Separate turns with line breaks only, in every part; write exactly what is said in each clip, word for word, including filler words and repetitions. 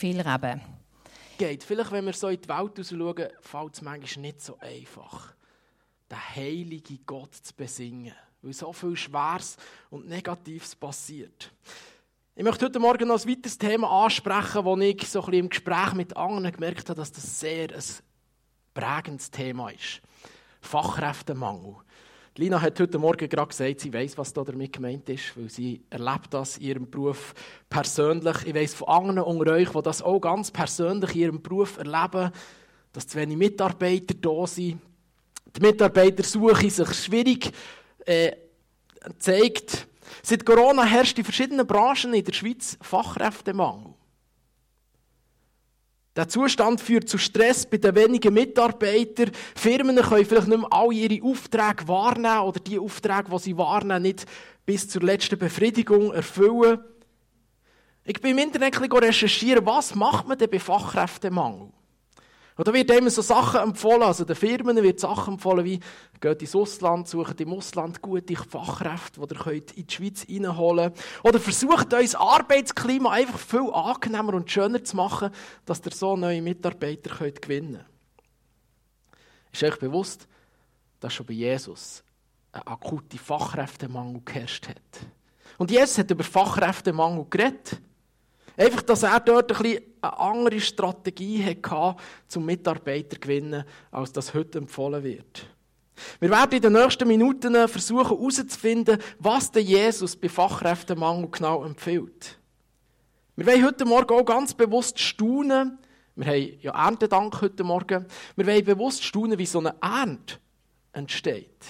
viel Reben.
Geht. Vielleicht, wenn wir so in die Welt schauen, fällt es manchmal nicht so einfach, den heiligen Gott zu besingen, weil so viel Schweres und Negatives passiert. Ich möchte heute Morgen noch ein weiteres Thema ansprechen, das ich so ein bisschen im Gespräch mit anderen gemerkt habe, dass das sehr ein prägendes Thema ist. Fachkräftemangel. Lina hat heute Morgen gerade gesagt, sie weiss, was da damit gemeint ist, weil sie erlebt das in ihrem Beruf persönlich. Ich weiss von anderen unter euch, die das auch ganz persönlich in ihrem Beruf erleben, dass zu wenig Mitarbeiter da sind. Die Mitarbeitersuche sich schwierig äh, zeigt. Seit Corona herrscht in verschiedenen Branchen in der Schweiz Fachkräftemangel. Der Zustand führt zu Stress bei den wenigen Mitarbeitern. Firmen können vielleicht nicht mehr alle ihre Aufträge wahrnehmen oder die Aufträge, die sie wahrnehmen, nicht bis zur letzten Befriedigung erfüllen. Ich bin im Internet ein bisschen recherchieren, was macht man denn bei Fachkräftemangel? Und da wird immer so Sachen empfohlen, also den Firmen wird Sachen empfohlen wie, geht ins Ausland, sucht im Ausland gute Fachkräfte, die ihr in die Schweiz reinholen könnt. Oder versucht euer Arbeitsklima einfach viel angenehmer und schöner zu machen, dass ihr so neue Mitarbeiter könnt gewinnen könnt. Ist euch bewusst, dass schon bei Jesus ein akuter Fachkräftemangel geherrscht hat? Und Jesus hat über Fachkräftemangel geredet. Einfach, dass er dort ein bisschen eine andere Strategie hatte, zum Mitarbeiter zu gewinnen, als das heute empfohlen wird. Wir werden in den nächsten Minuten versuchen herauszufinden, was der Jesus bei Fachkräftemangel genau empfiehlt. Wir wollen heute Morgen auch ganz bewusst staunen. Wir haben ja Erntedank heute Morgen. Wir wollen bewusst staunen, wie so eine Ernte entsteht.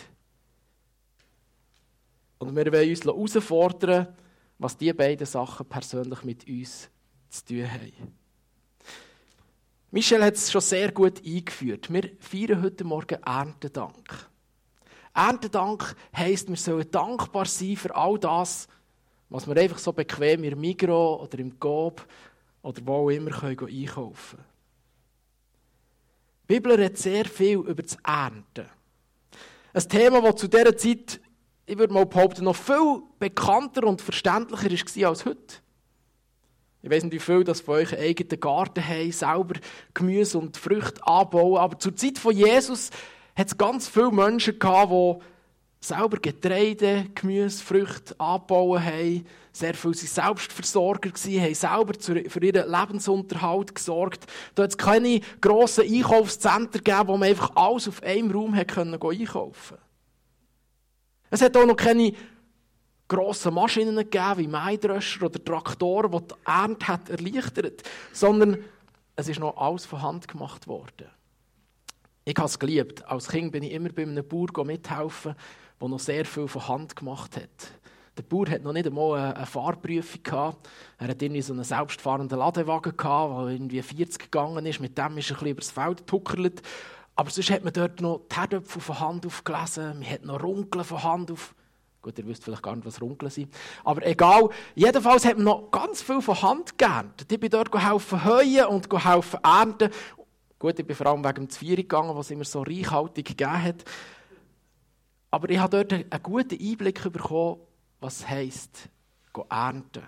Und wir wollen uns herausfordern, was diese beiden Sachen persönlich mit uns zu tun haben. Michel hat es schon sehr gut eingeführt. Wir feiern heute Morgen Erntedank. Erntedank heisst, wir sollen dankbar sein für all das, was wir einfach so bequem im Migros oder im Coop oder wo auch immer können einkaufen können. Die Bibel redet sehr viel über das Ernten. Ein Thema, das zu dieser Zeit, ich würde mal behaupten, noch viel bekannter und verständlicher war als heute. Ich weiss nicht, wie viele das von euch einen eigenen Garten haben, selber Gemüse und Früchte anbauen. Aber zur Zeit von Jesus hat es ganz viele Menschen gehabt, die selber Getreide, Gemüse, Früchte angebaut haben. Sehr viele waren Selbstversorger, haben selber für ihren Lebensunterhalt gesorgt. Da hat es keine grossen Einkaufszentren gegeben, wo man einfach alles auf einem Raum einkaufen konnte. Es hat auch noch keine grossen Maschinen gegeben, wie Mähdrescher oder Traktoren, die die Ernte hat erleichtert, sondern es ist noch alles von Hand gemacht worden. Ich habe es geliebt. Als Kind bin ich immer bei einem Bauer mithelfen, der noch sehr viel von Hand gemacht hat. Der Bauer hatte noch nicht einmal eine Fahrprüfung gehabt. Er hatte irgendwie so einen selbstfahrenden Ladewagen gehabt, der irgendwie vierzig gegangen ist. Mit dem ist er ein bisschen übers Feld getuckert. Aber sonst hat man dort noch die Herdöpfel von Hand aufgelesen. Man hat noch Runkeln von Hand auf. Gut, ihr wisst vielleicht gar nicht, was Runkeln sind. Aber egal. Jedenfalls hat man noch ganz viel von Hand geerntet. Ich bin dort helfen heuen und helfen ernten. Gut, ich bin vor allem wegen dem Zvieri gegangen, was immer so reichhaltig gegeben hat. Aber ich habe dort einen guten Einblick bekommen, was heisst, ernten.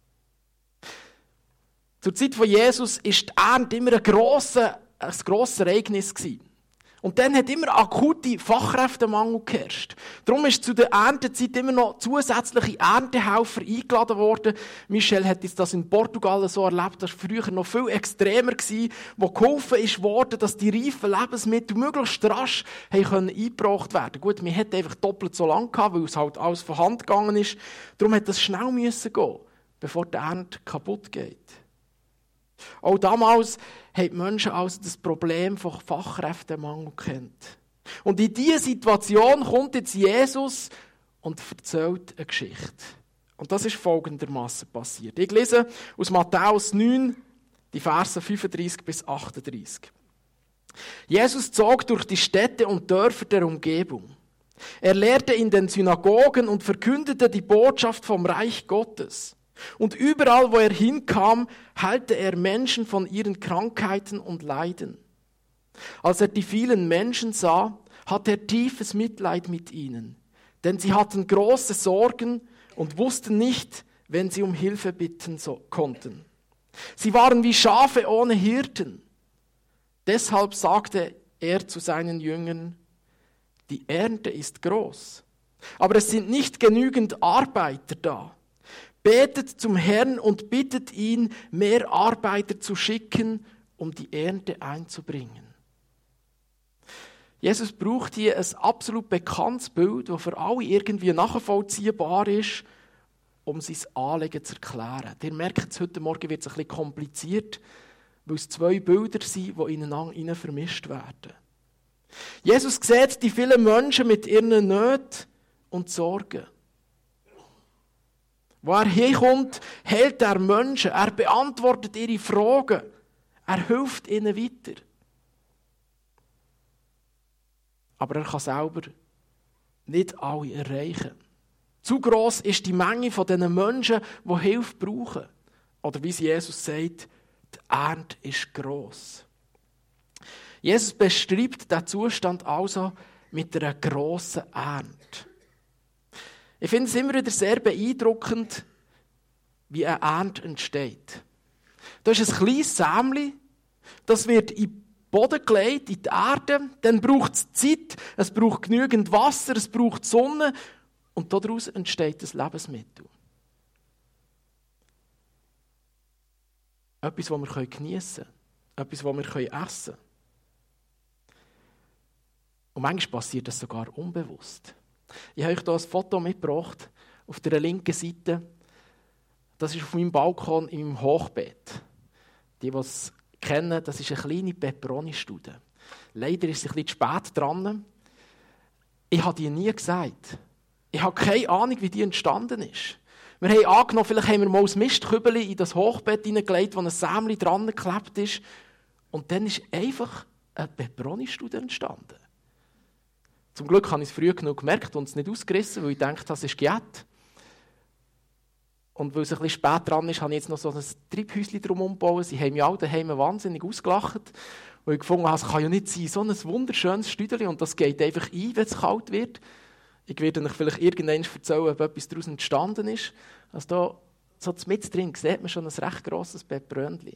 Zur Zeit von Jesus war die Ernte immer ein grosses, ein grosses Ereignis gewesen. Und dann hat immer akute Fachkräftemangel geherrscht. Darum ist zu der Erntezeit immer noch zusätzliche Erntehelfer eingeladen worden. Michel hat uns das in Portugal so erlebt, das war früher noch viel extremer gewesen, wo geholfen ist worden, dass die reifen Lebensmittel möglichst rasch haben eingebracht werden. Gut, man hat einfach doppelt so lange gehabt, weil es halt alles von Hand gegangen ist. Darum hat das schnell müssen gehen, bevor die Ernte kaputt geht. Auch damals haben die Menschen also das Problem von Fachkräftemangel gekannt. Und in diese Situation kommt jetzt Jesus und erzählt eine Geschichte. Und das ist folgendermaßen passiert. Ich lese aus Matthäus neun, die Verse fünfunddreißig bis achtunddreißig. Jesus zog durch die Städte und Dörfer der Umgebung. Er lehrte in den Synagogen und verkündete die Botschaft vom Reich Gottes. Und überall, wo er hinkam, heilte er Menschen von ihren Krankheiten und Leiden. Als er die vielen Menschen sah, hatte er tiefes Mitleid mit ihnen, denn sie hatten große Sorgen und wussten nicht, wenn sie um Hilfe bitten so konnten. Sie waren wie Schafe ohne Hirten. Deshalb sagte er zu seinen Jüngern, die Ernte ist groß, aber es sind nicht genügend Arbeiter da. Betet zum Herrn und bittet ihn, mehr Arbeiter zu schicken, um die Ernte einzubringen. Jesus braucht hier ein absolut bekanntes Bild, das für alle irgendwie nachvollziehbar ist, um sein Anliegen zu erklären. Ihr merkt, heute Morgen wird es ein bisschen kompliziert, weil es zwei Bilder sind, die ineinander vermischt werden. Jesus sieht die vielen Menschen mit ihren Nöten und Sorgen. Wo er hinkommt, hält er Menschen, er beantwortet ihre Fragen, er hilft ihnen weiter. Aber er kann selber nicht alle erreichen. Zu gross ist die Menge von diesen Menschen, die Hilfe brauchen. Oder wie es Jesus sagt, die Ernte ist gross. Jesus beschreibt diesen Zustand also mit einer grossen Ernte. Ich finde es immer wieder sehr beeindruckend, wie eine Ernte entsteht. Da ist ein kleines Sämli, das wird in den Boden gelegt, in die Erde, dann braucht es Zeit, es braucht genügend Wasser, es braucht Sonne und daraus entsteht ein Lebensmittel. Etwas, das wir geniessen können, etwas, das wir essen können. Und manchmal passiert das sogar unbewusst. Ich habe euch hier ein Foto mitgebracht, auf der linken Seite. Das ist auf meinem Balkon in meinem Hochbeet. Die, die es kennen, das ist eine kleine Peperoni-Staude. Leider ist sie ein bisschen zu spät dran. Ich habe die nie gesagt. Ich habe keine Ahnung, wie die entstanden ist. Wir haben angenommen, vielleicht haben wir mal ein Mistkübeli in das Hochbeet hineingelegt, wo ein Sämli dran geklebt ist. Und dann ist einfach eine Peperoni-Staude entstanden. Zum Glück habe ich es früh genug gemerkt und es nicht ausgerissen, weil ich dachte, das ist Giet. Und weil es ein bisschen spät dran ist, habe ich jetzt noch so ein Treibhäuschen drum umgebaut. Sie haben mich alle daheim wahnsinnig ausgelacht. Weil ich gefunden habe, es kann ja nicht sein, so ein wunderschönes Stüdeli und das geht einfach ein, wenn es kalt wird. Ich werde euch vielleicht irgendwann erzählen, ob etwas daraus entstanden ist. Also da, so mit drin, sieht man schon ein recht grosses Peperönchen.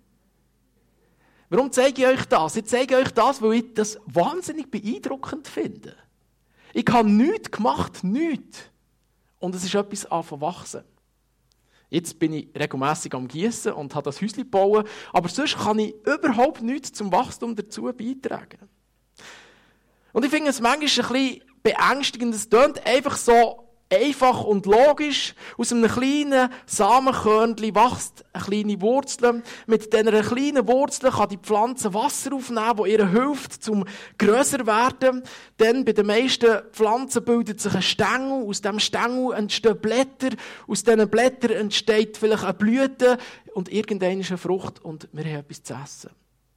Warum zeige ich euch das? Ich zeige euch das, weil ich das wahnsinnig beeindruckend finde. Ich habe nichts gemacht, nichts. Und es ist etwas angefangen wachsen. Jetzt bin ich regelmässig am Gießen und habe das Häuschen gebaut, aber sonst kann ich überhaupt nichts zum Wachstum dazu beitragen. Und ich finde es manchmal ein bisschen beängstigend. Es klingt einfach so einfach und logisch. Aus einem kleinen Samenkörnchen wächst eine kleine Wurzel. Mit dieser kleinen Wurzel kann die Pflanze Wasser aufnehmen, das ihr hilft, zum grösser werden. Dann bei den meisten Pflanzen bildet sich ein Stängel. Aus diesem Stängel entstehen Blätter. Aus diesen Blättern entsteht vielleicht eine Blüte und irgendwann ist eine Frucht und wir haben etwas zu essen.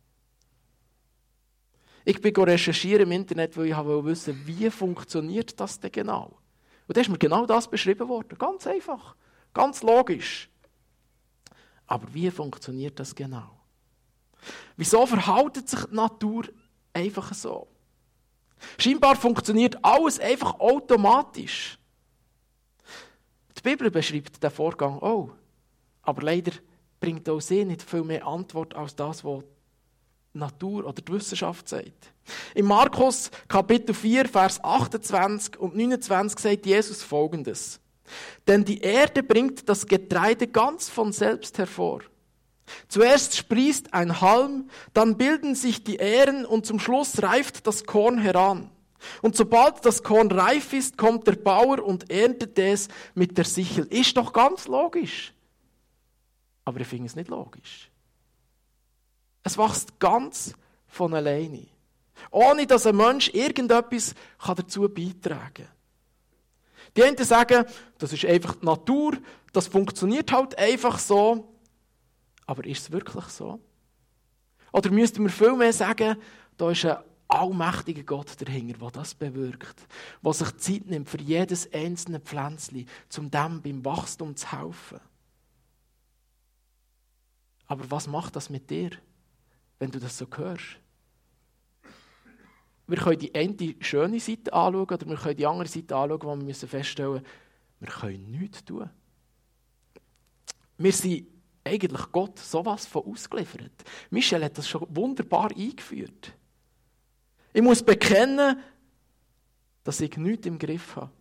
Ich bin recherchieren im Internet, weil ich wissen wollte, wie funktioniert das denn genau? Und da ist mir genau das beschrieben worden. Ganz einfach, ganz logisch. Aber wie funktioniert das genau? Wieso verhält sich die Natur einfach so? Scheinbar funktioniert alles einfach automatisch. Die Bibel beschreibt den Vorgang auch. Aber leider bringt auch sie nicht viel mehr Antwort als das, was die Natur oder die Wissenschaft sagt. In Markus Kapitel vier, Vers achtundzwanzig und neunundzwanzig sagt Jesus Folgendes. Denn die Erde bringt das Getreide ganz von selbst hervor. Zuerst sprießt ein Halm, dann bilden sich die Ähren und zum Schluss reift das Korn heran. Und sobald das Korn reif ist, kommt der Bauer und erntet es mit der Sichel. Ist doch ganz logisch. Aber ich finde es nicht logisch. Es wächst ganz von alleine. Ohne dass ein Mensch irgendetwas dazu beitragen kann. Die einen sagen, das ist einfach die Natur, das funktioniert halt einfach so. Aber ist es wirklich so? Oder müssten wir viel mehr sagen, da ist ein allmächtiger Gott dahinter, der das bewirkt, der sich Zeit nimmt für jedes einzelne Pflänzchen, um dem beim Wachstum zu helfen. Aber was macht das mit dir, wenn du das so hörst? Wir können die eine schöne Seite anschauen oder wir können die andere Seite anschauen, wo wir feststellen müssen, wir können nichts tun. Wir sind eigentlich Gott sowas von ausgeliefert. Michel hat das schon wunderbar eingeführt. Ich muss bekennen, dass ich nichts im Griff habe.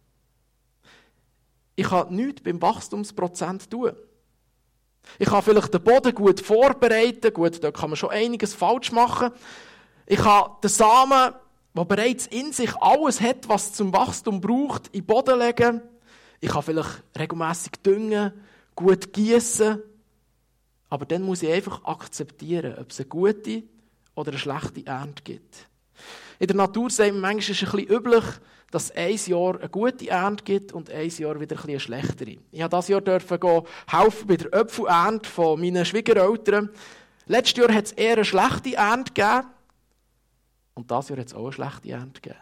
Ich kann nichts beim Wachstumsprozent tun. Ich kann vielleicht den Boden gut vorbereiten, gut, da kann man schon einiges falsch machen. Ich kann den Samen, der bereits in sich alles hat, was zum Wachstum braucht, in den Boden legen. Ich kann vielleicht regelmässig düngen, gut gießen. Aber dann muss ich einfach akzeptieren, ob es eine gute oder eine schlechte Ernte gibt. In der Natur sagt man manchmal, ist es ein bisschen üblich, dass es ein Jahr eine gute Ernte gibt und ein Jahr wieder ein bisschen eine schlechtere. Ich durfte dieses Jahr dürfen helfen bei der Äpfelernte von meinen Schwiegereltern. Letztes Jahr hat es eher eine schlechte Ernte gegeben und dieses Jahr hat es auch eine schlechte Ernte gegeben.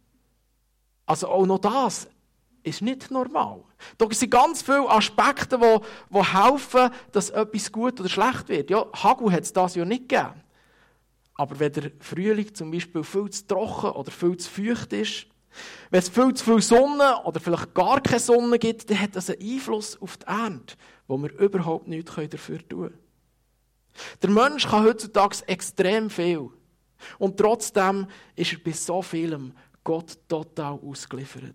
Also auch noch das ist nicht normal. Da sind ganz viele Aspekte, die, die helfen, dass etwas gut oder schlecht wird. Ja, Hagel hat es dieses Jahr nicht gegeben. Aber wenn der Frühling zum Beispiel viel zu trocken oder viel zu feucht ist, wenn es viel zu viel Sonne oder vielleicht gar keine Sonne gibt, dann hat das einen Einfluss auf die Ernte, wo wir überhaupt nichts dafür tun können. Der Mensch kann heutzutage extrem viel. Und trotzdem ist er bei so vielem Gott total ausgeliefert.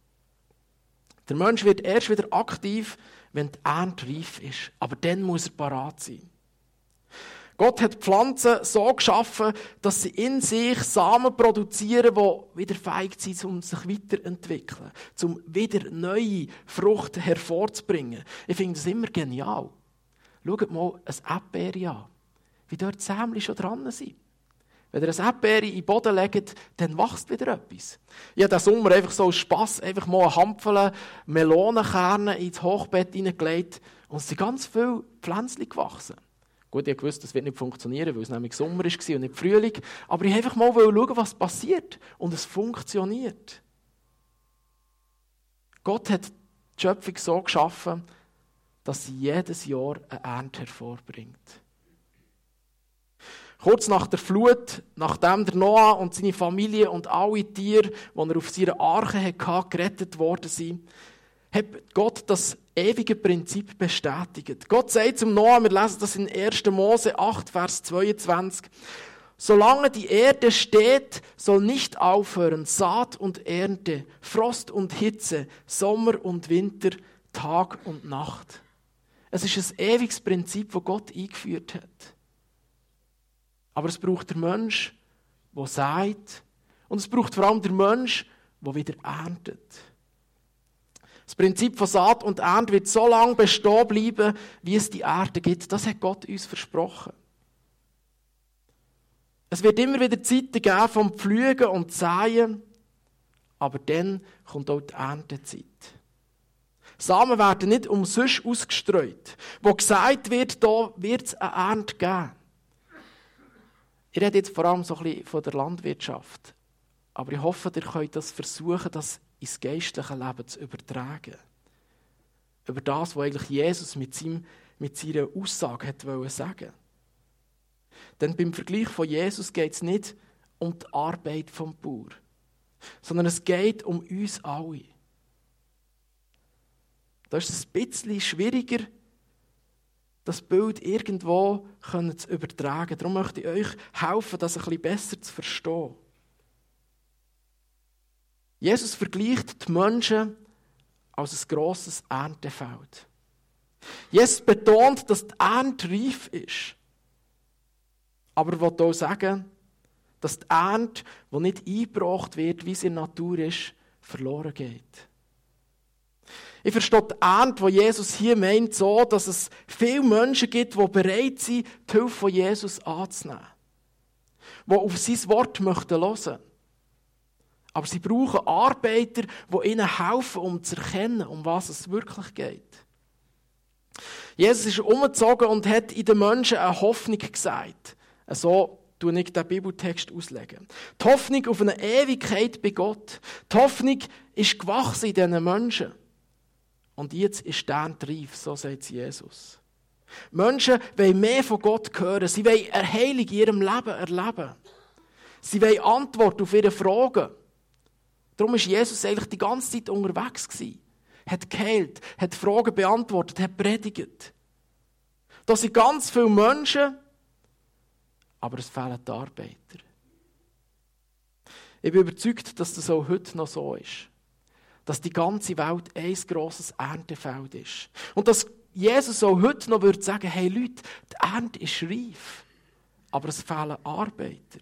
Der Mensch wird erst wieder aktiv, wenn die Ernte reif ist. Aber dann muss er parat sein. Gott hat Pflanzen so geschaffen, dass sie in sich Samen produzieren, die wieder fähig sind, um sich weiterzuentwickeln, um wieder neue Frucht hervorzubringen. Ich finde das immer genial. Schaut mal ein Erdbeere an, wie dort die Sämli schon dran sind. Wenn ihr ein Erdbeere in den Boden legt, dann wächst wieder etwas. Ich habe diesen Sommer einfach so aus Spass einfach mal eine Handvoll Melonenkerne ins Hochbett hineingelegt und es sind ganz viele Pflänzchen gewachsen. Gut, ich wusste, das wird nicht funktionieren, weil es nämlich Sommer war und nicht Frühling. Aber ich wollte einfach mal schauen, was passiert. Und es funktioniert. Gott hat die Schöpfung so geschaffen, dass sie jedes Jahr eine Ernte hervorbringt. Kurz nach der Flut, nachdem der Noah und seine Familie und alle Tiere, die er auf seiner Arche hatte, gerettet worden sind, hat Gott das ewige Prinzip bestätigt. Gott sagt zum Noah, wir lesen das in erster Mose acht, Vers zweiundzwanzig, solange die Erde steht, soll nicht aufhören Saat und Ernte, Frost und Hitze, Sommer und Winter, Tag und Nacht. Es ist ein ewiges Prinzip, das Gott eingeführt hat. Aber es braucht der Mensch, der sagt, und es braucht vor allem der Mensch, der wieder erntet. Das Prinzip von Saat und Ernte wird so lange bestehen bleiben, wie es die Erde gibt. Das hat Gott uns versprochen. Es wird immer wieder Zeiten geben vom Pflügen und Säen, aber dann kommt auch die Erntezeit. Samen werden nicht umsonst ausgestreut. Wo gesagt wird, da wird es eine Ernte geben. Ich rede jetzt vor allem so ein bisschen von der Landwirtschaft. Aber ich hoffe, ihr könnt das versuchen, das ins geistliche Leben zu übertragen. Über das, was eigentlich Jesus mit, seinem, mit seiner Aussage hat wollen sagen. Denn beim Vergleich von Jesus geht es nicht um die Arbeit vom Bauer, sondern es geht um uns alle. Da ist es ein bisschen schwieriger, das Bild irgendwo zu übertragen. Darum möchte ich euch helfen, das ein bisschen besser zu verstehen. Jesus vergleicht die Menschen als ein grosses Erntefeld. Jesus betont, dass die Ernte reif ist. Aber er will auch sagen, dass die Ernte, die nicht eingebracht wird, wie es in der Natur ist, verloren geht. Ich verstehe die Ernte, die Jesus hier meint, so, dass es viele Menschen gibt, die bereit sind, die Hilfe von Jesus anzunehmen. Die auf sein Wort hören möchten. Aber sie brauchen Arbeiter, die ihnen helfen, um zu erkennen, um was es wirklich geht. Jesus ist umgezogen und hat in den Menschen eine Hoffnung gesagt. So tue ich den Bibeltext auslegen. Die Hoffnung auf eine Ewigkeit bei Gott. Die Hoffnung ist gewachsen in diesen Menschen. Und jetzt ist der Ernte reif, so sagt Jesus. Menschen wollen mehr von Gott hören. Sie wollen eine Heilung in ihrem Leben erleben. Sie wollen Antworten auf ihre Fragen. Darum war Jesus eigentlich die ganze Zeit unterwegs gewesen. Hat geheilt, hat Fragen beantwortet, hat predigt. Da sind ganz viele Menschen, aber es fehlen die Arbeiter. Ich bin überzeugt, dass das auch heute noch so ist. Dass die ganze Welt ein grosses Erntefeld ist. Und dass Jesus auch heute noch würde sagen, hey Leute, die Ernte ist reif, aber es fehlen Arbeiter.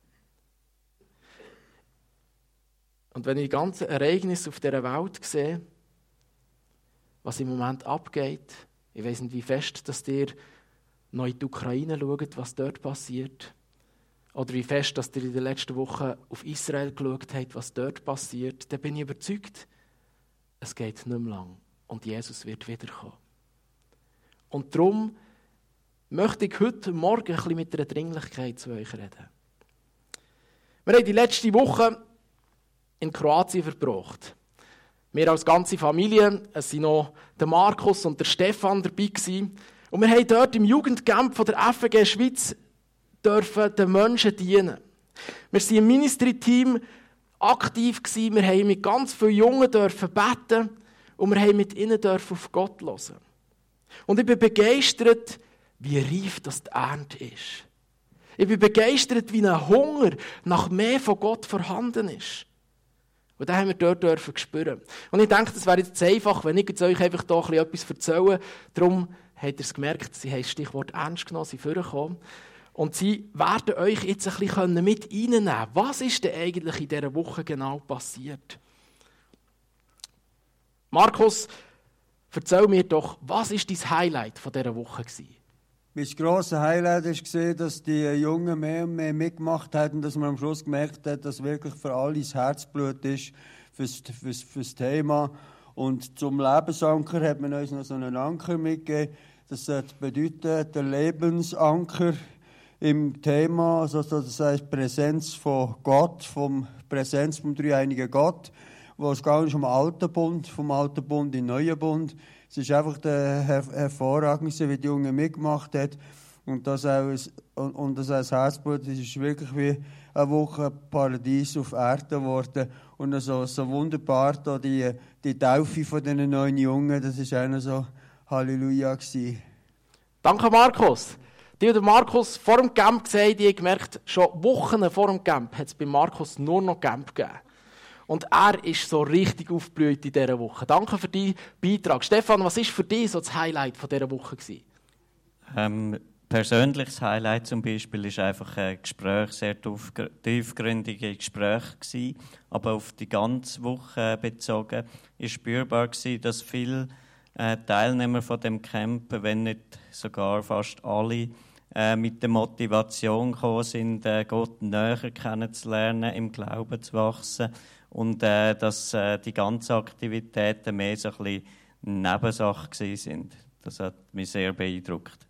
Und wenn ich die ganzen Ereignisse auf dieser Welt sehe, was im Moment abgeht, ich weiss nicht, wie fest, dass ihr noch in die Ukraine schaut, was dort passiert, oder wie fest, dass ihr in den letzten Wochen auf Israel geschaut habt, was dort passiert, dann bin ich überzeugt, es geht nicht mehr lang und Jesus wird wiederkommen. Und darum möchte ich heute Morgen ein bisschen mit einer Dringlichkeit zu euch reden. Wir haben die letzte Woche in Kroatien verbracht. Wir als ganze Familie, es waren noch der Markus und der Stefan dabei gewesen. Und wir haben dort im Jugendcamp von der F G Schweiz dürfen den Menschen dienen. Wir waren im Ministry-Team aktiv gewesen. Wir haben mit ganz vielen Jungen dürfen beten und wir haben mit ihnen dürfen auf Gott hören. Und ich bin begeistert, wie reif das die Ernte ist. Ich bin begeistert, wie ein Hunger nach mehr von Gott vorhanden ist. Und das haben wir dort dürfen spüren. Und ich denke, das wäre jetzt einfach, wenn ich jetzt euch einfach da ein bisschen etwas erzähle. Darum habt ihr es gemerkt, sie haben das Stichwort ernst genommen, sie vorgekommen. Und sie werden euch jetzt ein bisschen mit reinnehmen. Was ist denn eigentlich in dieser Woche genau passiert? Markus, erzähl mir doch, was war dein Highlight von dieser Woche gewesen?
Mein grosses Highlight war, dass die Jungen mehr und mehr mitgemacht haben, dass man am Schluss gemerkt hat, dass wirklich für alle das Herzblut ist, fürs, fürs, fürs Thema. Und zum Lebensanker hat man uns noch so einen Anker mitgegeben. Das bedeutet der Lebensanker im Thema, also das heißt Präsenz von Gott, vom Präsenz vom dreieinigen Gott, wo es gar nicht um den alten Bund, vom alten Bund in den neuen Bund. Es ist einfach der her hervorragend, wie die Junge mitgemacht hat. Und das auch ein, und, und das als Herzblut, das ist wirklich wie eine Woche Paradies auf Erden geworden. Und so, so wunderbar da die, die Taufe von diesen neuen Jungen, das war einer so Halleluja gewesen.
Danke, Markus. Die und Markus vor dem Camp gesehen, die haben gemerkt, schon Wochen vor dem Camp hat es bei Markus nur noch Camp gegeben. Und er ist so richtig aufgeblüht in dieser Woche. Danke für deinen Beitrag. Stefan, was war für dich so das Highlight von dieser Woche gewesen?
Ähm, persönliches Highlight zum Beispiel ist einfach ein Gespräch, sehr tiefgründige Gespräche gewesen, aber auf die ganze Woche bezogen ist spürbar gewesen, dass viele äh, Teilnehmer von dem Camp, wenn nicht sogar fast alle, äh, mit der Motivation gekommen sind, äh, Gott näher kennenzulernen, im Glauben zu wachsen. Und äh, dass äh, die ganzen Aktivitäten mehr so ein bisschen Nebensache gewesen sind. Das hat mich sehr beeindruckt.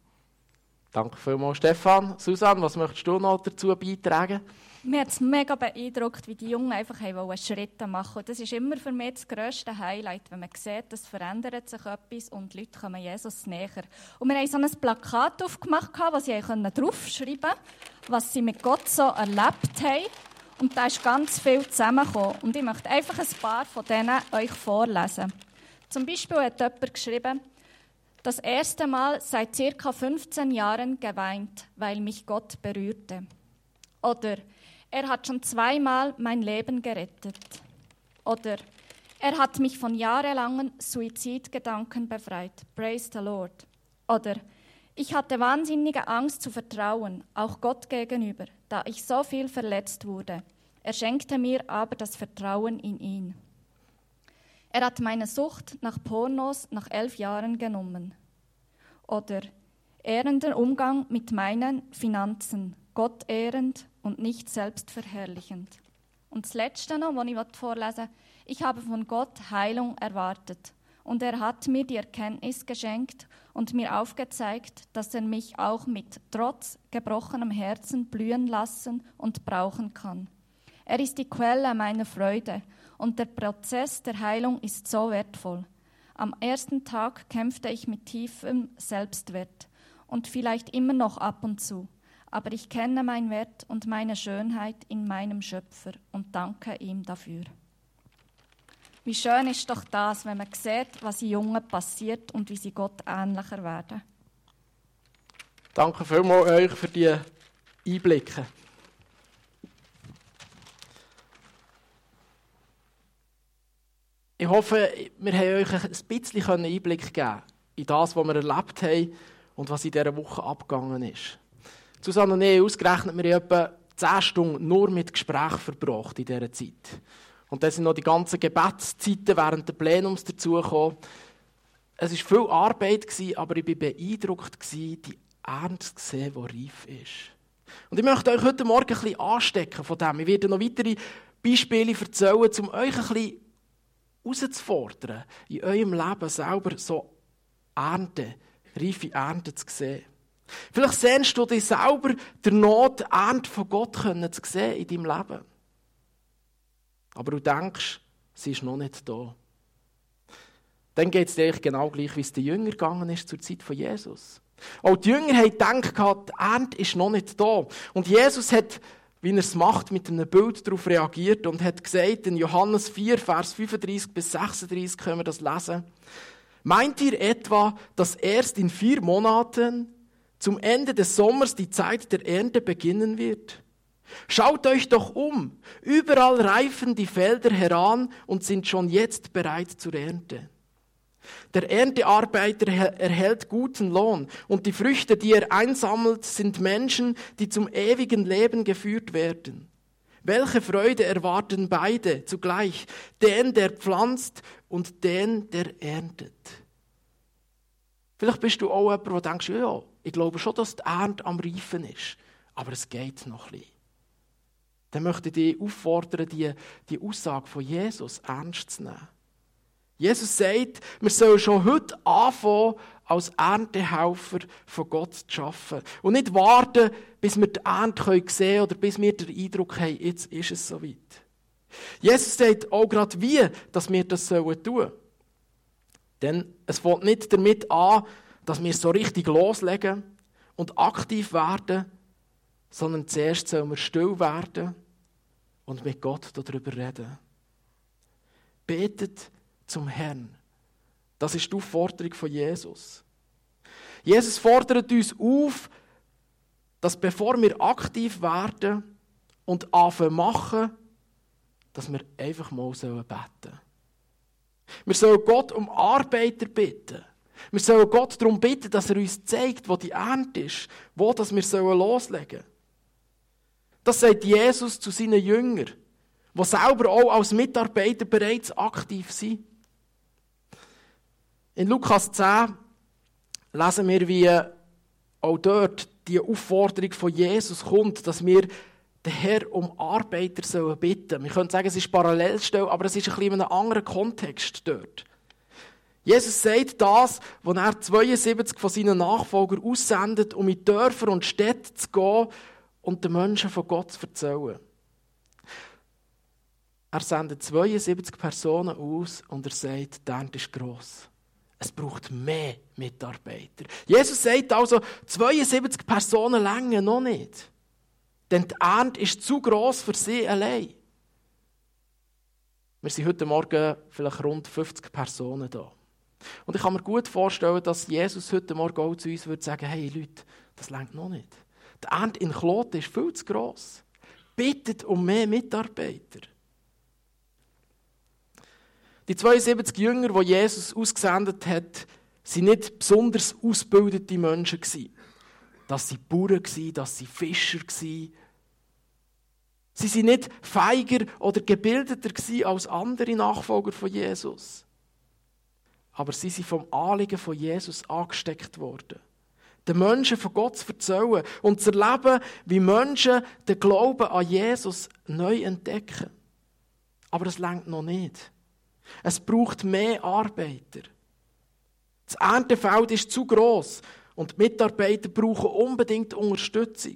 Danke vielmals, Stefan. Susanne, was möchtest du noch dazu beitragen?
Mir hat es mega beeindruckt, wie die Jungen einfach Schritte machen wollten. Das ist immer für mich das grösste Highlight, wenn man sieht, es verändert sich etwas und die Leute kommen Jesus näher. Und wir haben so ein Plakat aufgemacht, wo sie draufschreiben konnten, was sie mit Gott so erlebt haben. Und da ist ganz viel zusammengekommen. Und ich möchte einfach ein paar von denen euch vorlesen. Zum Beispiel hat jemand geschrieben, das erste Mal seit circa fünfzehn Jahren geweint, weil mich Gott berührte. Oder er hat schon zweimal mein Leben gerettet. Oder er hat mich von jahrelangen Suizidgedanken befreit. Praise the Lord. Oder ich hatte wahnsinnige Angst zu vertrauen, auch Gott gegenüber, da ich so viel verletzt wurde. Er schenkte mir aber das Vertrauen in ihn. Er hat meine Sucht nach Pornos nach elf Jahren genommen. Oder ehrender Umgang mit meinen Finanzen, Gott ehrend und nicht selbstverherrlichend. Und das Letzte noch, was ich vorlesen will, ich habe von Gott Heilung erwartet. Und er hat mir die Erkenntnis geschenkt und mir aufgezeigt, dass er mich auch mit trotz gebrochenem Herzen blühen lassen und brauchen kann. Er ist die Quelle meiner Freude und der Prozess der Heilung ist so wertvoll. Am ersten Tag kämpfte ich mit tiefem Selbstwert und vielleicht immer noch ab und zu. Aber ich kenne meinen Wert und meine Schönheit in meinem Schöpfer und danke ihm dafür. Wie schön ist doch das, wenn man sieht, was in Jungen passiert und wie sie Gott ähnlicher werden.
Danke vielmals euch für die Einblicke. Ich hoffe, wir haben euch ein bisschen Einblick geben in das, was wir erlebt haben und was in dieser Woche abgegangen ist. Susanne und ich haben ausgerechnet, wir haben etwa zehn Stunden nur mit Gesprächen verbracht in dieser Zeit. Und dann sind noch die ganzen Gebetszeiten während des Plenums dazugekommen. Es war viel Arbeit, aber ich war beeindruckt, die Ernte zu sehen, die reif ist. Und ich möchte euch heute Morgen ein bisschen anstecken von dem. Ich werde noch weitere Beispiele erzählen, um euch ein bisschen herauszufordern, in eurem Leben selber so Ernte, reife Ernte zu sehen. Vielleicht sehnst du dich selber der Not, Ernte von Gott zu sehen in deinem Leben. Aber du denkst, sie ist noch nicht da. Dann geht es dir eigentlich genau gleich, wie es den Jüngern gegangen ist zur Zeit von Jesus. Auch die Jünger haben gedacht, die Ernte ist noch nicht da. Und Jesus hat, wie er es macht, mit einem Bild darauf reagiert und hat gesagt, in Johannes vier, Vers fünfunddreißig bis sechsunddreißig können wir das lesen. Meint ihr etwa, dass erst in vier Monaten zum Ende des Sommers die Zeit der Ernte beginnen wird? Schaut euch doch um. Überall reifen die Felder heran und sind schon jetzt bereit zur Ernte. Der Erntearbeiter erhält guten Lohn und die Früchte, die er einsammelt, sind Menschen, die zum ewigen Leben geführt werden. Welche Freude erwarten beide zugleich, den, der pflanzt und den, der erntet. Vielleicht bist du auch jemand, der denkt, ja, ich glaube schon, dass die Ernte am Reifen ist, aber es geht noch ein bisschen. Dann möchte ich dich auffordern, die, die Aussage von Jesus ernst zu nehmen. Jesus sagt, wir sollen schon heute anfangen, als Erntehelfer von Gott zu arbeiten. Und nicht warten, bis wir die Ernte sehen können oder bis wir den Eindruck haben, jetzt ist es soweit. Jesus sagt auch gerade, wie dass wir das tun sollen. Denn es fängt nicht damit an, dass wir so richtig loslegen und aktiv werden, sondern zuerst sollen wir still werden und mit Gott darüber reden. Betet zum Herrn. Das ist die Aufforderung von Jesus. Jesus fordert uns auf, dass bevor wir aktiv werden und anfangen machen, dass wir einfach mal beten sollen. Wir sollen Gott um Arbeiter bitten. Wir sollen Gott darum bitten, dass er uns zeigt, wo die Ernte ist, wo das wir loslegen sollen. Das sagt Jesus zu seinen Jüngern, die selber auch als Mitarbeiter bereits aktiv sind. In Lukas zehn lesen wir, wie auch dort die Aufforderung von Jesus kommt, dass wir den Herr um Arbeiter sollen bitten. Wir können sagen, es ist Parallelstelle, aber es ist ein bisschen in einem anderen Kontext dort. Jesus sagt das, wo er zweiundsiebzig von seinen Nachfolgern aussendet, um in Dörfer und Städte zu gehen und den Menschen von Gott zu erzählen. Er sendet zweiundsiebzig Personen aus und er sagt, die Ernte ist gross. Es braucht mehr Mitarbeiter. Jesus sagt also, zweiundsiebzig Personen länger noch nicht. Denn die Ernte ist zu gross für sie allein. Wir sind heute Morgen vielleicht rund fünfzig Personen da. Und ich kann mir gut vorstellen, dass Jesus heute Morgen auch zu uns würde sagen, hey Leute, das reicht noch nicht. Die Ernte in Kloten ist viel zu gross. Bittet um mehr Mitarbeiter. Die zweiundsiebzig Jünger, die Jesus ausgesendet hat, waren nicht besonders ausgebildete Menschen. Das waren Bauern, das waren Fischer. Sie waren nicht feiger oder gebildeter als andere Nachfolger von Jesus. Aber sie sind vom Anliegen von Jesus angesteckt worden. Den Menschen von Gott zu erzählen und zu erleben, wie Menschen den Glauben an Jesus neu entdecken. Aber es reicht noch nicht. Es braucht mehr Arbeiter. Das Erntefeld ist zu gross und die Mitarbeiter brauchen unbedingt Unterstützung.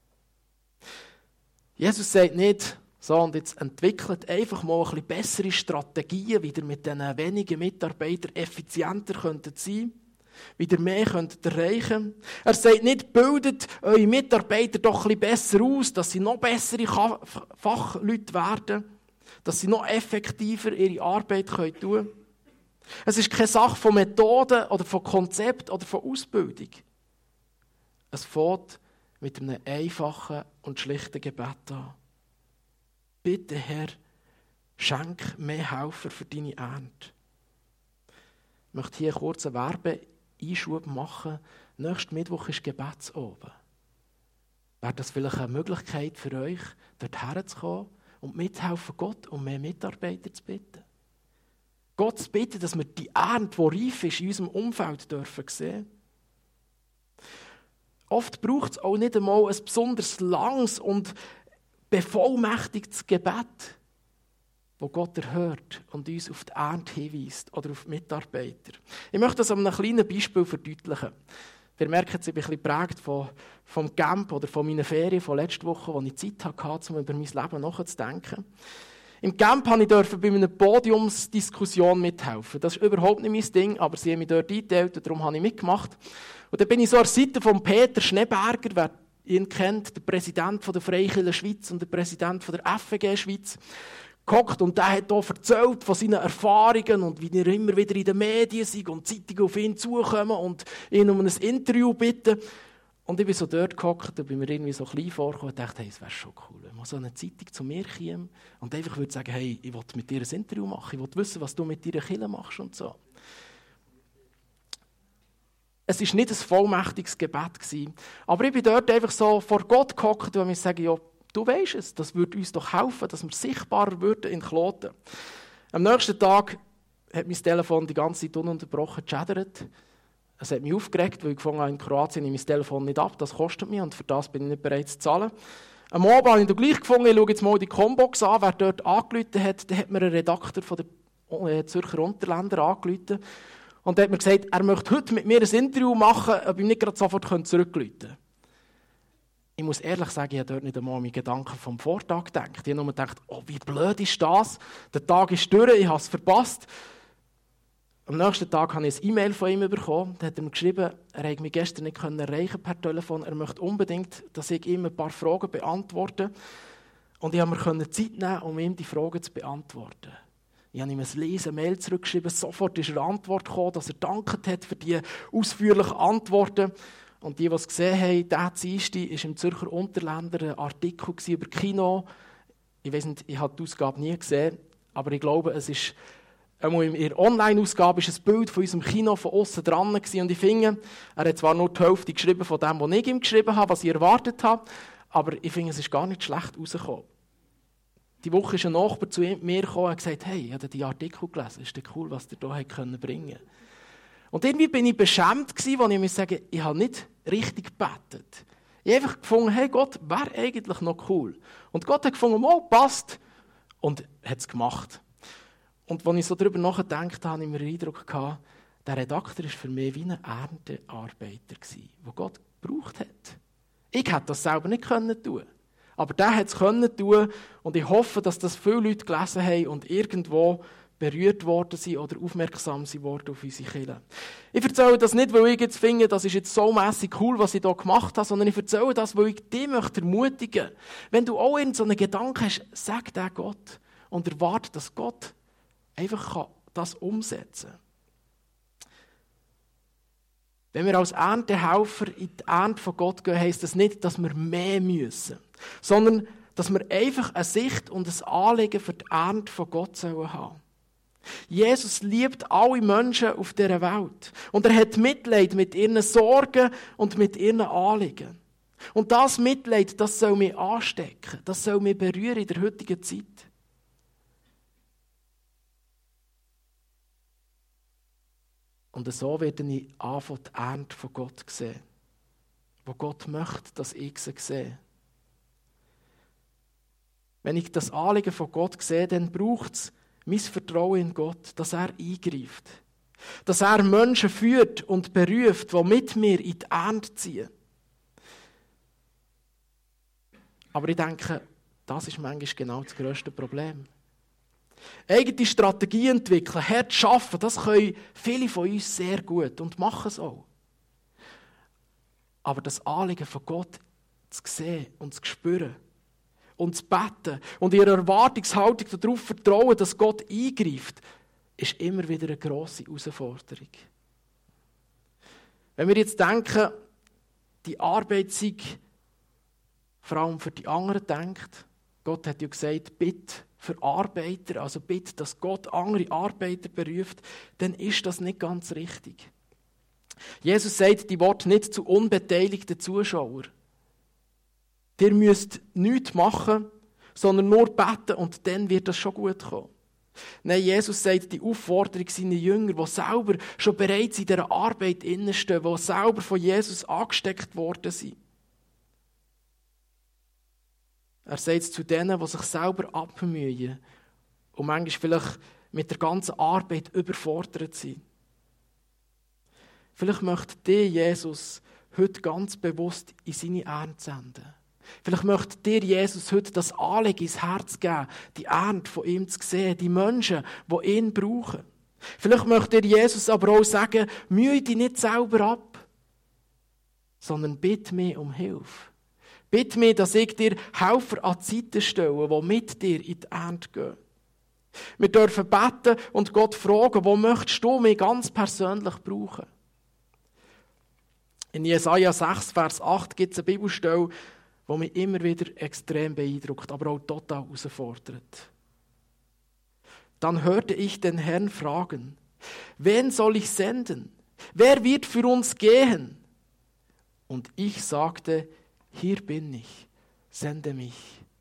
Jesus sagt nicht, so, und jetzt entwickelt einfach mal ein bisschen bessere Strategien, wie ihr mit diesen wenigen Mitarbeitern effizienter könntet sein, wie ihr mehr könntet erreichen. Er sagt nicht, bildet eure Mitarbeiter doch ein bisschen besser aus, dass sie noch bessere Fachleute werden, dass sie noch effektiver ihre Arbeit tun können. Es ist keine Sache von Methoden oder von Konzept oder von Ausbildung. Es fängt mit einem einfachen und schlichten Gebet an. Bitte, Herr, schenk mehr Helfer für deine Ernte. Ich möchte hier kurz einen Werbeeinschub machen. Nächsten Mittwoch ist Gebetsoben. Wäre das vielleicht eine Möglichkeit für euch, dort herzukommen und mithelfen, Gott um mehr Mitarbeiter zu bitten? Gott zu bitten, dass wir die Ernte, die reif ist, in unserem Umfeld dürfen sehen. Oft braucht es auch nicht einmal ein besonders langes und bevollmächtigtes Gebet, wo Gott erhört und uns auf die Ernte hinweist oder auf die Mitarbeiter. Ich möchte das an einem kleinen Beispiel verdeutlichen. Ihr merkt jetzt, ich bin ein bisschen geprägt von, vom Camp oder von meinen Ferien von letzter Woche, wo ich Zeit hatte, um über mein Leben nachzudenken. Im Camp durfte ich bei einer Podiumsdiskussion mithelfen. Das ist überhaupt nicht mein Ding, aber sie haben mich dort eingeteilt und darum habe ich mitgemacht. Und dann bin ich so an der Seite von Peter Schneeberger, wer ihn kennt, der Präsident der Freikirche Schweiz und der Präsident der F E G Schweiz, gehockt und der hat hier erzählt von seinen Erfahrungen und wie er immer wieder in den Medien ist und Zeitungen auf ihn zukommen und ihn um ein Interview bitten. Und ich bin so dort gehockt und bin mir irgendwie so klein vorgekommen und dachte, hey, es wäre schon cool, wenn mal so eine Zeitung zu mir käme und einfach würde sagen, hey, ich will mit dir ein Interview machen, ich will wissen, was du mit deiner Kirche machst und so. Es war nicht ein vollmächtiges Gebet, aber ich bin dort einfach so vor Gott gehockt und ich sage, ja, du weisst es, das würde uns doch helfen, dass wir sichtbarer würden in Kloten. Am nächsten Tag hat mein Telefon die ganze Zeit ununterbrochen geschädert. Es hat mich aufgeregt, weil ich gefunden habe, in Kroatien nehme ich mein Telefon nicht ab, das kostet mich und für das bin ich nicht bereit zu zahlen. Am Abend habe ich dann gleich gefunden, ich schaue jetzt mal die Combox an, wer dort angerufen hat, dann hat mir ein Redakteur von der Zürcher Unterländer angerufen und der hat mir gesagt, er möchte heute mit mir ein Interview machen, ob ich nicht gerade sofort zurückrufen könnte. Ich muss ehrlich sagen, ich habe dort nicht einmal an meine Gedanken vom Vortag gedacht. Ich habe nur gedacht, oh, wie blöd ist das? Der Tag ist durch, ich habe es verpasst. Am nächsten Tag habe ich ein E-Mail von ihm bekommen. Da hat er mir geschrieben, er hätte mich gestern nicht erreichen per Telefon. Er möchte unbedingt, dass ich ihm ein paar Fragen beantworte. Und ich konnte mir Zeit nehmen, um ihm die Fragen zu beantworten. Ich habe ihm ein leise Mail zurückgeschrieben. Sofort ist eine Antwort gekommen, dass er dankt hat für die ausführlichen Antworten. Und die, die es gesehen haben, dieser Dienstag war im Zürcher Unterländer ein Artikel über Kino. Ich weiss nicht, ich habe die Ausgabe nie gesehen, aber ich glaube, es ist in der Online-Ausgabe ist ein Bild von unserem Kino von außen dran gewesen. Und ich finde, er hat zwar nur die Hälfte geschrieben von dem, was ich ihm geschrieben habe, was ich erwartet habe, aber ich finde, es ist gar nicht schlecht rausgekommen. Die Woche ist ein Nachbar zu mir gekommen und hat gesagt, hey, ich habe die Artikel gelesen, ist cool, was ihr hier bringen konnte. Und irgendwie bin ich beschämt gewesen, als ich mir sage, ich habe nicht richtig gebetet. Ich habe einfach gefunden, hey Gott, wäre eigentlich noch cool. Und Gott hat gefunden, oh, passt. Und hat es gemacht. Und als ich so darüber nachgedacht habe, habe ich mir den Eindruck gehabt, der Redakteur war für mich wie ein Erntearbeiter, den Gott gebraucht hat. Ich hätte das selber nicht tun können. Aber der hat es tun. Und ich hoffe, dass das viele Leute gelesen haben und irgendwo berührt worden sind oder aufmerksam sind worden auf unsere Kirche. Ich erzähle das nicht, weil ich jetzt finde, das ist jetzt so mässig cool, was ich hier gemacht habe, sondern ich erzähle das, weil ich dich möchte ermutigen möchte. Wenn du auch irgend so einen Gedanken hast, sag den Gott und erwarte, dass Gott einfach das umsetzen kann. Wenn wir als Erntehelfer in die Ernte von Gott gehen, heisst das nicht, dass wir mehr müssen, sondern dass wir einfach eine Sicht und ein Anliegen für die Ernte von Gott haben sollen. Jesus liebt alle Menschen auf dieser Welt. Und er hat Mitleid mit ihren Sorgen und mit ihren Anliegen. Und das Mitleid, das soll mich anstecken. Das soll mich berühren in der heutigen Zeit. Und so werde ich anfangen, die Ernte von Gott sehen. Wo Gott möchte, dass ich sie sehe. Wenn ich das Anliegen von Gott sehe, dann braucht es mein Vertrauen in Gott, dass er eingreift. Dass er Menschen führt und beruft, die mit mir in die Ernte ziehen. Aber ich denke, das ist manchmal genau das grösste Problem. Eigene Strategie entwickeln, hart arbeiten, das können viele von uns sehr gut und machen es auch. Aber das Anliegen von Gott zu sehen und zu spüren und zu beten und ihre Erwartungshaltung darauf vertrauen, dass Gott eingreift, ist immer wieder eine grosse Herausforderung. Wenn wir jetzt denken, die Arbeit sei vor allem für die anderen denkt. Gott hat ja gesagt, bitte für Arbeiter, also bitte, dass Gott andere Arbeiter beruft, dann ist das nicht ganz richtig. Jesus sagt die Worte nicht zu unbeteiligten Zuschauern. Ihr müsst nichts machen, sondern nur beten und dann wird das schon gut kommen. Nein, Jesus sagt die Aufforderung seiner Jünger, die selber schon bereits in dieser Arbeit innenstehen, die selber von Jesus angesteckt worden sind. Er sagt es zu denen, die sich selber abmühen und manchmal vielleicht mit der ganzen Arbeit überfordert sind. Vielleicht möchte dir Jesus heute ganz bewusst in seine Ernte senden. Vielleicht möchte dir Jesus heute das Anliegen ins Herz geben, die Ernte von ihm zu sehen, die Menschen, die ihn brauchen. Vielleicht möchte dir Jesus aber auch sagen, mühe dich nicht selber ab, sondern bitte mich um Hilfe. Bitte mich, dass ich dir Helfer an die Seite stelle, die mit dir in die Ernte gehen. Wir dürfen beten und Gott fragen, wo möchtest du mich ganz persönlich brauchen? In Jesaja sechs, Vers acht gibt es eine Bibelstelle, die mich immer wieder extrem beeindruckt, aber auch total herausfordert. Dann hörte ich den Herrn fragen, wen soll ich senden? Wer wird für uns gehen? Und ich sagte, hier bin ich, sende mich.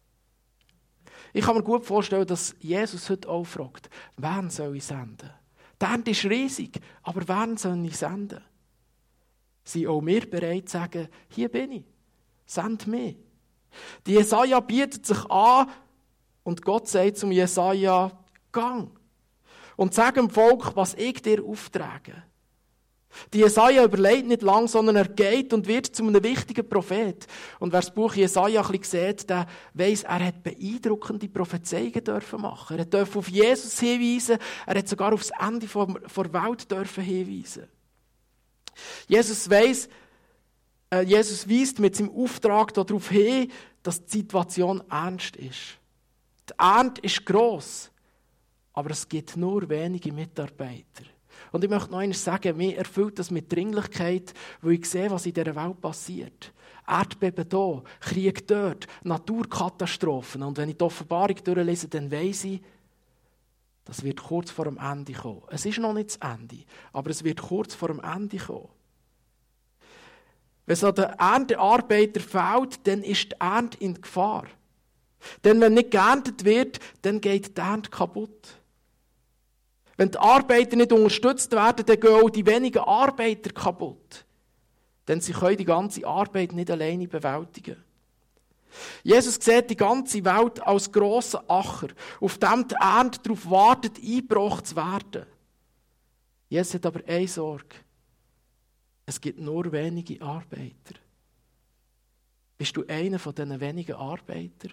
Ich kann mir gut vorstellen, dass Jesus heute auch fragt, wen soll ich senden? Die Ernte ist riesig, aber wen soll ich senden? Sind auch wir bereit zu sagen, hier bin ich, send mich. Die Jesaja bietet sich an und Gott sagt zum Jesaja, gang und sag dem Volk, was ich dir auftrage. Die Jesaja überlegt nicht lang, sondern er geht und wird zu einem wichtigen Prophet. Und wer das Buch Jesaja ein bisschen sieht, der weiss, er hat beeindruckende Prophezeiungen dürfen machen. Er durfte auf Jesus hinweisen, er hat sogar aufs Ende der Welt dürfen hinweisen. Jesus weiss, äh, Jesus weist mit seinem Auftrag darauf hin, dass die Situation ernst ist. Die Ernte ist gross, aber es gibt nur wenige Mitarbeiter. Und ich möchte noch einmal sagen, mir erfüllt das mit Dringlichkeit, weil ich sehe, was in dieser Welt passiert. Erdbeben hier, Krieg dort, Naturkatastrophen. Und wenn ich die Offenbarung durchlese, dann weiss ich, das wird kurz vor dem Ende kommen. Es ist noch nicht das Ende, aber es wird kurz vor dem Ende kommen. Wenn es an den Erntearbeiter fehlt, dann ist die Ernte in Gefahr. Denn wenn nicht geerntet wird, dann geht die Ernte kaputt. Wenn die Arbeiter nicht unterstützt werden, dann gehen auch die wenigen Arbeiter kaputt. Denn sie können die ganze Arbeit nicht alleine bewältigen. Jesus sieht die ganze Welt als grossen Acher, auf dem die Ernte darauf wartet, eingebracht zu werden. Jesus hat aber eine Sorge. Es gibt nur wenige Arbeiter. Bist du einer von diesen wenigen Arbeitern?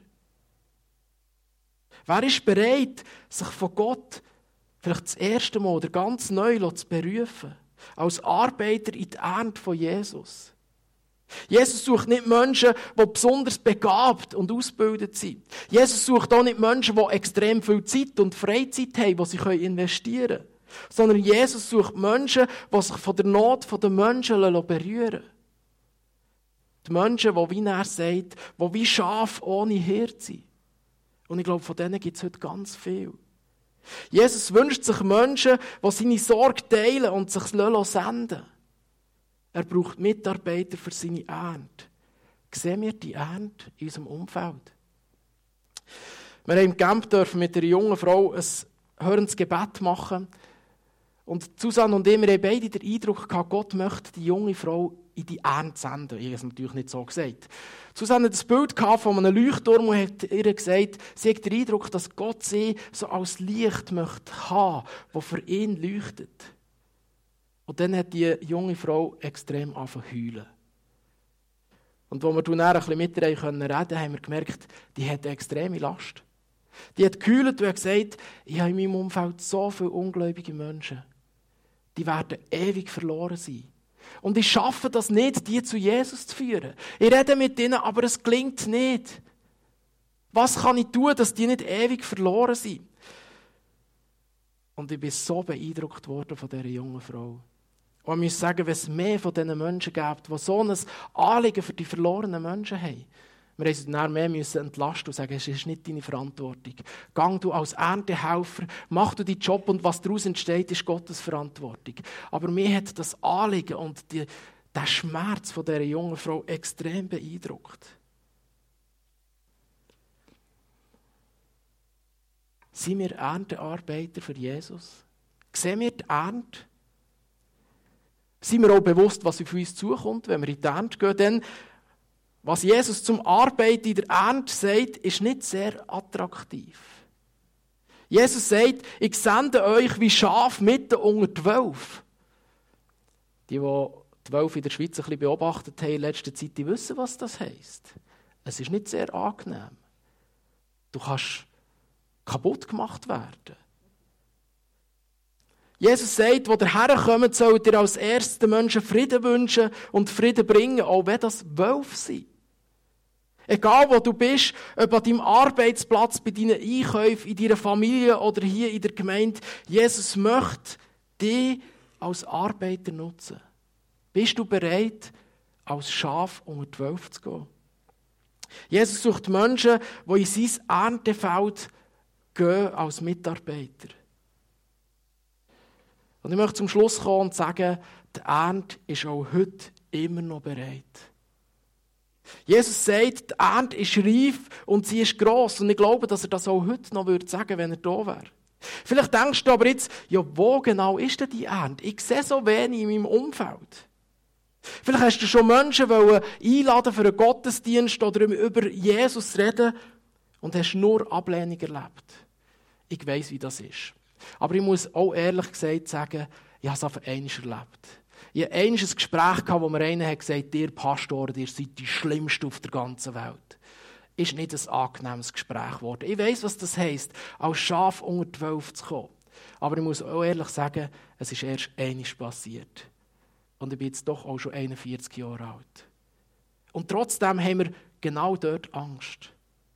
Wer ist bereit, sich von Gott vielleicht das erste Mal oder ganz neu zu berufen, als Arbeiter in die Ernte von Jesus? Jesus sucht nicht Menschen, die besonders begabt und ausgebildet sind. Jesus sucht auch nicht Menschen, die extrem viel Zeit und Freizeit haben, die sie investieren können. Sondern Jesus sucht Menschen, die sich von der Not der Menschen berühren lassen. Die Menschen, die, wie er sagt, die wie Schafe ohne Hirte sind. Und ich glaube, von denen gibt es heute ganz viel. Jesus wünscht sich Menschen, die seine Sorge teilen und sich senden lassen. Er braucht Mitarbeiter für seine Ernte. Sehen wir die Ernte in unserem Umfeld? Wir haben im Camp dürfen mit einer jungen Frau ein hörendes Gebet machen. Und Susanne und ich, wir haben beide den Eindruck gehabt, Gott möchte die junge Frau in die Ernte senden. Ich habe es natürlich nicht so gesagt. Susanne hat das Bild von einem Leuchtturm und hat ihr gesagt, sie hat den Eindruck, dass Gott sie so als Licht möchte haben, das für ihn leuchtet. Und dann hat die junge Frau extrem angefangen zu heulen. Und als wir dann ein bisschen mit ihr reden konnten, haben wir gemerkt, die hat eine extreme Last. Die hat geheult und hat gesagt, ich habe in meinem Umfeld so viele ungläubige Menschen. Die werden ewig verloren sein. Und ich schaffe das nicht, die zu Jesus zu führen. Ich rede mit ihnen, aber es gelingt nicht. Was kann ich tun, dass die nicht ewig verloren sind? Und ich bin so beeindruckt worden von dieser jungen Frau. Und ich muss sagen, wenn es mehr von diesen Menschen gibt, die so ein Anliegen für die verlorenen Menschen haben, wir müssen dann mehr entlasten und sagen, es ist nicht deine Verantwortung. Gang du als Erntehelfer, mach du deinen Job und was daraus entsteht, ist Gottes Verantwortung. Aber mir hat das Anliegen und die, der Schmerz von dieser jungen Frau extrem beeindruckt. Sind wir Erntearbeiter für Jesus? Sehen wir die Ernte? Sind wir auch bewusst, was auf uns zukommt, wenn wir in die Ernte gehen? Denn was Jesus zum Arbeiten in der Ernte sagt, ist nicht sehr attraktiv. Jesus sagt, ich sende euch wie Schaf mitten unter die Wölfe. Die, die die Wölfe in der Schweiz ein bisschen beobachtet haben in letzter Zeit, die wissen, was das heisst. Es ist nicht sehr angenehm. Du kannst kaputt gemacht werden. Jesus sagt, wo ihr herkommt, sollt ihr als erste Menschen Frieden wünschen und Frieden bringen, auch wenn das Wölfe sind. Egal wo du bist, ob an deinem Arbeitsplatz, bei deinen Einkäufen, in deiner Familie oder hier in der Gemeinde, Jesus möchte dich als Arbeiter nutzen. Bist du bereit, als Schaf unter die Wölfe zu gehen? Jesus sucht Menschen, die in sein Erntefeld gehen als Mitarbeiter. Und ich möchte zum Schluss kommen und sagen, die Ernte ist auch heute immer noch bereit. Jesus sagt, die Ernte ist reif und sie ist gross. Und ich glaube, dass er das auch heute noch würde sagen, wenn er da wäre. Vielleicht denkst du aber jetzt, ja, wo genau ist denn die Ernte? Ich sehe so wenig in meinem Umfeld. Vielleicht hast du schon Menschen wollen einladen für einen Gottesdienst oder über Jesus reden und hast nur Ablehnung erlebt. Ich weiss, wie das ist. Aber ich muss auch ehrlich gesagt sagen, ich habe es auf einmal erlebt. Ich hatte einmal ein Gespräch, wo mir einer hat gesagt, ihr Pastor, ihr seid die Schlimmste auf der ganzen Welt. Ist nicht ein angenehmes Gespräch geworden. Ich weiss, was das heisst, als Schaf unter die Wölfe zu kommen. Aber ich muss auch ehrlich sagen, es ist erst einmal passiert. Und ich bin jetzt doch auch schon einundvierzig Jahre alt. Und trotzdem haben wir genau dort Angst.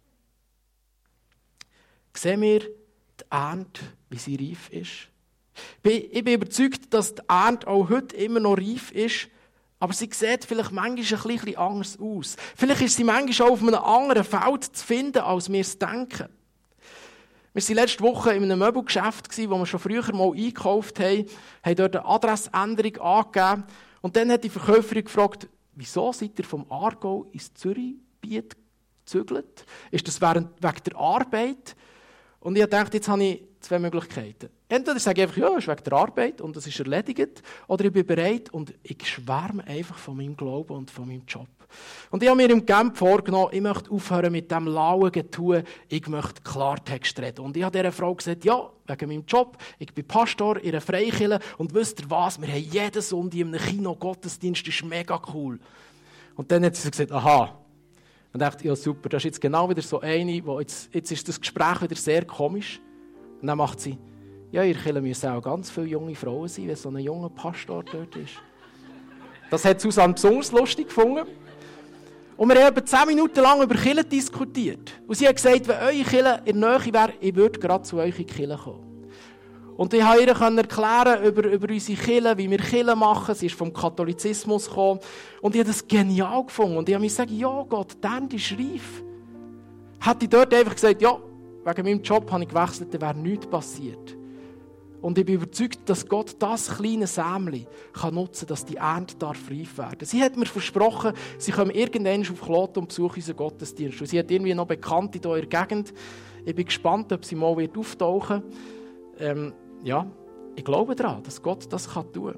Sehen wir die Ernte, wie sie reif ist? Ich bin überzeugt, dass die Ernte auch heute immer noch reif ist, aber sie sieht vielleicht manchmal ein bisschen anders aus. Vielleicht ist sie manchmal auch auf einem anderen Feld zu finden, als wir es denken. Wir waren letzte Woche in einem Möbelgeschäft, wo wir schon früher mal eingekauft haben, haben dort eine Adressänderung angegeben und dann hat die Verkäuferin gefragt, wieso seid ihr vom Aargau ins Zürichgebiet gezügelt? Ist das wegen der Arbeit? Und ich dachte, jetzt habe ich zwei Möglichkeiten. Entweder sage ich einfach, ja, es ist wegen der Arbeit und es ist erledigt, oder ich bin bereit und ich schwärme einfach von meinem Glauben und von meinem Job. Und ich habe mir im Camp vorgenommen, ich möchte aufhören mit dem lauen Getue, ich möchte Klartext reden. Und ich habe dieser Frau gesagt, ja, wegen meinem Job, ich bin Pastor in einer Freikirche und wisst ihr was, wir haben jeden Sonntag in einem Kino Gottesdienst, das ist mega cool. Und dann hat sie gesagt, aha. Und ich dachte, ja super, das ist jetzt genau wieder so eine, wo jetzt, jetzt ist das Gespräch wieder sehr komisch. Und dann macht sie, ja, ihr Kirche müssen auch ganz viele junge Frauen sein, wenn so ein junger Pastor dort ist. Das hat Susanne besonders lustig gefunden. Und wir haben etwa zehn Minuten lang über Kirche diskutiert. Und sie hat gesagt, wenn eure Kirche in der Nähe wäre, ich würde gerade zu euch in die Kirche kommen. Und ich konnte ihr erklären über, über unsere Kirche, wie wir Kirche machen. Sie ist vom Katholizismus gekommen. Und ich habe das genial gefunden. Und ich habe mir gesagt, ja Gott, die Ernte ist reif. Hätte ich dort einfach gesagt, ja, wegen meinem Job habe ich gewechselt, dann wäre nichts passiert. Und ich bin überzeugt, dass Gott das kleine Sämli kann nutzen kann, dass die Ernte darf reif werden. Sie hat mir versprochen, sie kommen irgendwann auf Kloten und besuchen unseren Gottesdienst. Und sie hat irgendwie noch Bekannte in ihrer Gegend. Ich bin gespannt, ob sie mal wird auftauchen wird. Ähm, ja, ich glaube daran, dass Gott das tun kann.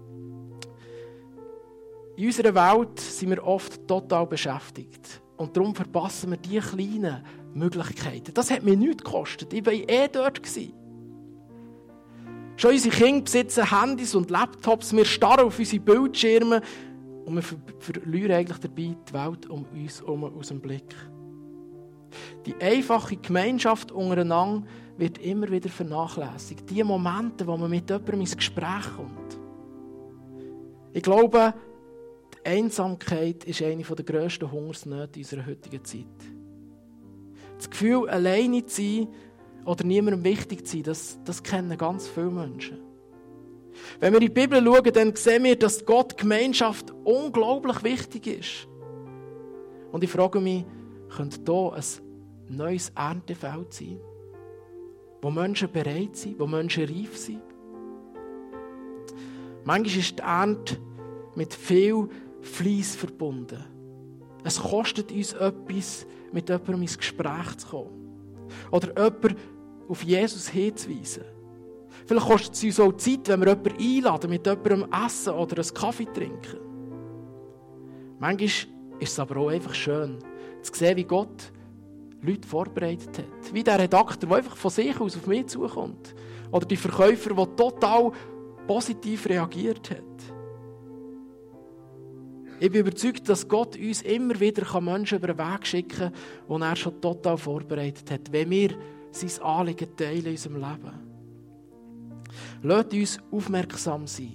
In unserer Welt sind wir oft total beschäftigt. Und darum verpassen wir diese kleinen Möglichkeiten. Das hat mir nichts gekostet. Ich war eh dort. Schon unsere Kinder besitzen Handys und Laptops. Wir starren auf unsere Bildschirme und wir verlieren eigentlich dabei die Welt um uns herum aus dem Blick. Die einfache Gemeinschaft untereinander wird immer wieder vernachlässigt. Die Momente, wo man mit jemandem ins Gespräch kommt. Ich glaube, die Einsamkeit ist eine der grössten Hungersnöte unserer heutigen Zeit. Das Gefühl, alleine zu sein oder niemandem wichtig zu sein, das, das kennen ganz viele Menschen. Wenn wir in die Bibel schauen, dann sehen wir, dass Gott Gemeinschaft unglaublich wichtig ist. Und ich frage mich, könnte hier ein neues Erntefeld sein, wo Menschen bereit sind, wo Menschen reif sind? Manchmal ist die Ernte mit viel Fleiss verbunden. Es kostet uns etwas, mit jemandem ins Gespräch zu kommen. Oder jemanden auf Jesus hinzuweisen. Vielleicht kostet es uns auch Zeit, wenn wir jemanden einladen, mit jemandem essen oder einen Kaffee trinken. Manchmal ist es aber auch einfach schön, zu sehen, wie Gott Leute vorbereitet hat. Wie der Redakteur, der einfach von sich aus auf mich zukommt. Oder die Verkäufer, der total positiv reagiert hat. Ich bin überzeugt, dass Gott uns immer wieder Menschen über den Weg schicken kann, die er schon total vorbereitet hat, wenn wir sein Anliegen teilen in unserem Leben. Lasst uns aufmerksam sein.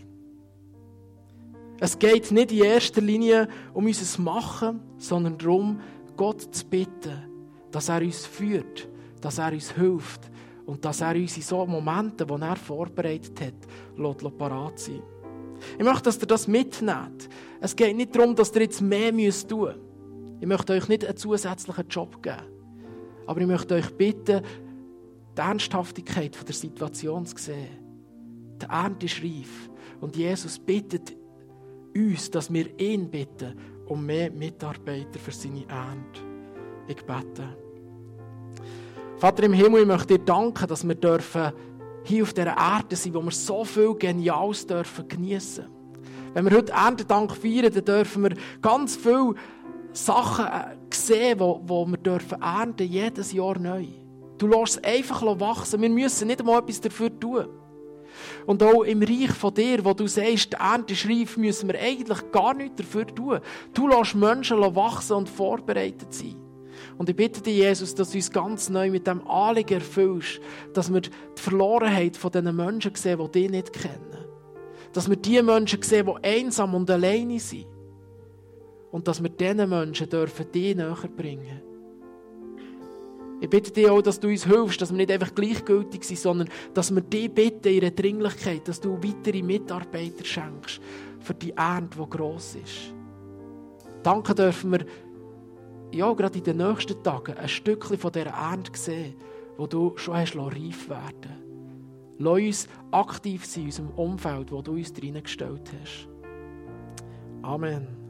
Es geht nicht in erster Linie um unser Machen, sondern darum, Gott zu bitten, dass er uns führt, dass er uns hilft und dass er uns in solchen Momenten, die er vorbereitet hat, lässt parat sein. Ich möchte, dass ihr das mitnehmt. Es geht nicht darum, dass ihr jetzt mehr tun müsst. Ich möchte euch nicht einen zusätzlichen Job geben. Aber ich möchte euch bitten, die Ernsthaftigkeit der Situation zu sehen. Die Ernte ist reif. Und Jesus bittet uns, dass wir ihn bitten, um mehr Mitarbeiter für seine Ernte. Ich bete. Vater im Himmel, ich möchte dir danken, dass wir dürfen hier auf dieser Erde sein, wo wir so viel Geniales dürfen geniessen. Wenn wir heute Erntedank feiern, dann dürfen wir ganz viele Sachen sehen, die wir dürfen ernten, jedes Jahr neu. Du lässt es einfach wachsen. Wir müssen nicht einmal etwas dafür tun. Und auch im Reich von dir, wo du sagst, die Ernte ist reif, müssen wir eigentlich gar nichts dafür tun. Du lässt Menschen wachsen und vorbereitet sein. Und ich bitte dich, Jesus, dass du uns ganz neu mit dem Anliegen erfüllst, dass wir die Verlorenheit von diesen Menschen sehen, die dich nicht kennen. Dass wir die Menschen sehen, die einsam und alleine sind. Und dass wir diesen Menschen dürfen dich näher bringen. Ich bitte dich auch, dass du uns hilfst, dass wir nicht einfach gleichgültig sind, sondern dass wir dich bitten in ihrer Dringlichkeit, dass du weitere Mitarbeiter schenkst für die Ernte, die gross ist. Danke dürfen wir ja, gerade in den nächsten Tagen ein Stückchen von dieser Ernte sehen, die du schon hast reif werden. Lass uns aktiv sein in unserem Umfeld, das du uns reingestellt hast. Amen.